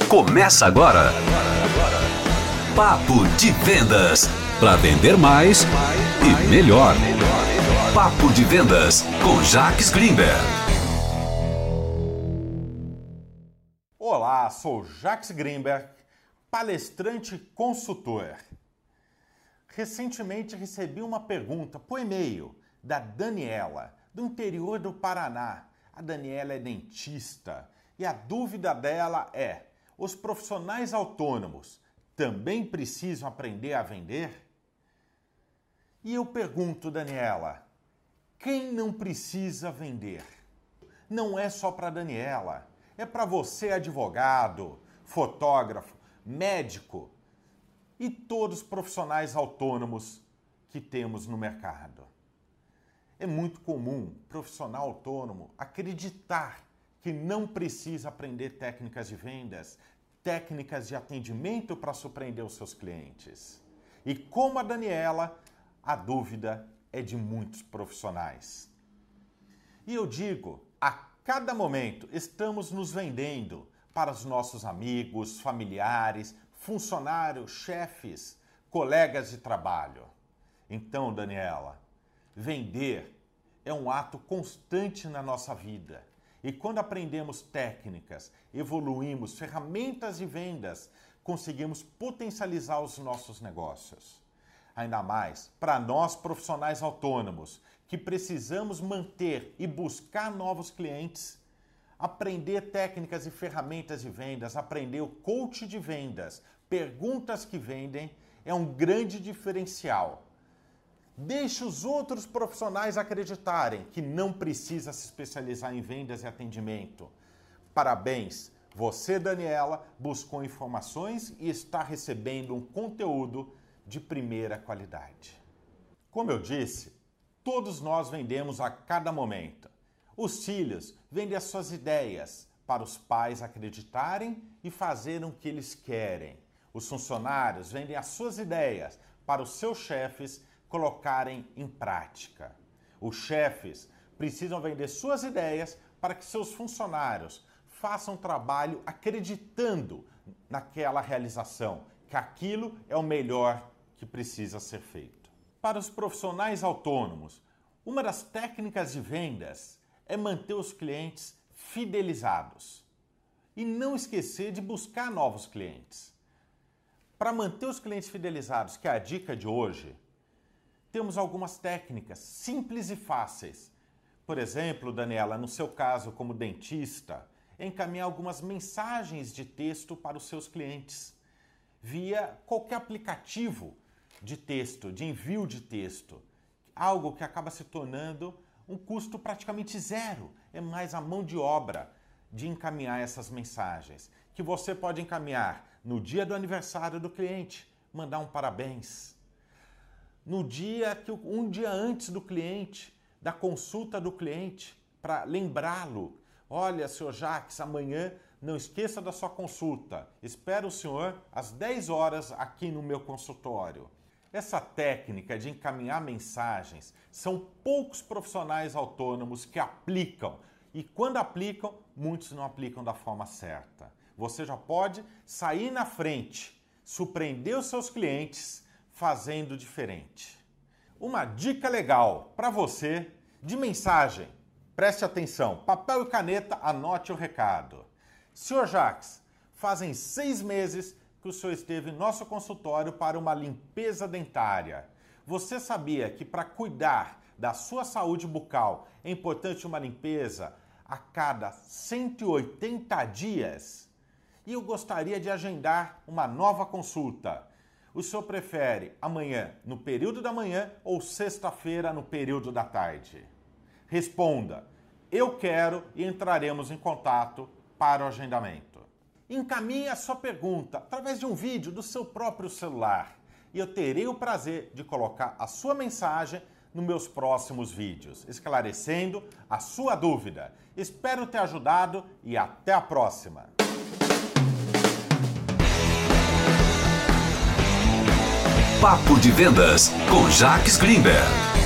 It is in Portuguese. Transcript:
Começa agora. Papo de Vendas. Para vender mais e melhor. Papo de Vendas com Jacques Greenberg. Olá, sou Jacques Greenberg, palestrante e consultor. Recentemente recebi uma pergunta por e-mail da Daniela, do interior do Paraná. A Daniela é dentista e a dúvida dela é: os profissionais autônomos também precisam aprender a vender? E eu pergunto, Daniela, quem não precisa vender? Não é só para Daniela, é para você, advogado, fotógrafo, médico e todos os profissionais autônomos que temos no mercado. É muito comum o profissional autônomo acreditar que não precisa aprender técnicas de vendas, técnicas de atendimento para surpreender os seus clientes. E como a Daniela, a dúvida é de muitos profissionais. E eu digo, a cada momento estamos nos vendendo para os nossos amigos, familiares, funcionários, chefes, colegas de trabalho. Então, Daniela, vender é um ato constante na nossa vida. E quando aprendemos técnicas, evoluímos ferramentas de vendas, conseguimos potencializar os nossos negócios. Ainda mais para nós profissionais autônomos, que precisamos manter e buscar novos clientes, aprender técnicas e ferramentas de vendas, aprender o coach de vendas, perguntas que vendem, é um grande diferencial. Deixe os outros profissionais acreditarem que não precisa se especializar em vendas e atendimento. Parabéns! Você, Daniela, buscou informações e está recebendo um conteúdo de primeira qualidade. Como eu disse, todos nós vendemos a cada momento. Os filhos vendem as suas ideias para os pais acreditarem e fazerem o que eles querem. Os funcionários vendem as suas ideias para os seus chefes colocarem em prática. Os chefes precisam vender suas ideias para que seus funcionários façam trabalho acreditando naquela realização, que aquilo é o melhor que precisa ser feito. Para os profissionais autônomos, uma das técnicas de vendas é manter os clientes fidelizados e não esquecer de buscar novos clientes. Para manter os clientes fidelizados, que é a dica de hoje, temos algumas técnicas simples e fáceis. Por exemplo, Daniela, no seu caso como dentista, encaminhar algumas mensagens de texto para os seus clientes via qualquer aplicativo de texto, de envio de texto. Algo que acaba se tornando um custo praticamente zero. É mais a mão de obra de encaminhar essas mensagens, que você pode encaminhar no dia do aniversário do cliente, mandar um parabéns. No dia um dia antes do cliente, da consulta do cliente, para lembrá-lo. Olha, senhor Jacques, amanhã não esqueça da sua consulta. Espero o senhor às 10 horas aqui no meu consultório. Essa técnica de encaminhar mensagens, são poucos profissionais autônomos que aplicam. E quando aplicam, muitos não aplicam da forma certa. Você já pode sair na frente, surpreender os seus clientes fazendo diferente. Uma dica legal para você de mensagem. Preste atenção, papel e caneta, anote o recado. Senhor Jacques, fazem 6 meses que o senhor esteve em nosso consultório para uma limpeza dentária. Você sabia que para cuidar da sua saúde bucal é importante uma limpeza a cada 180 dias? E eu gostaria de agendar uma nova consulta. O senhor prefere amanhã, no período da manhã, ou sexta-feira, no período da tarde? Responda, eu quero, e entraremos em contato para o agendamento. Encaminhe a sua pergunta através de um vídeo do seu próprio celular e eu terei o prazer de colocar a sua mensagem nos meus próximos vídeos, esclarecendo a sua dúvida. Espero ter ajudado e até a próxima! Papo de Vendas com Jacques Greenberg.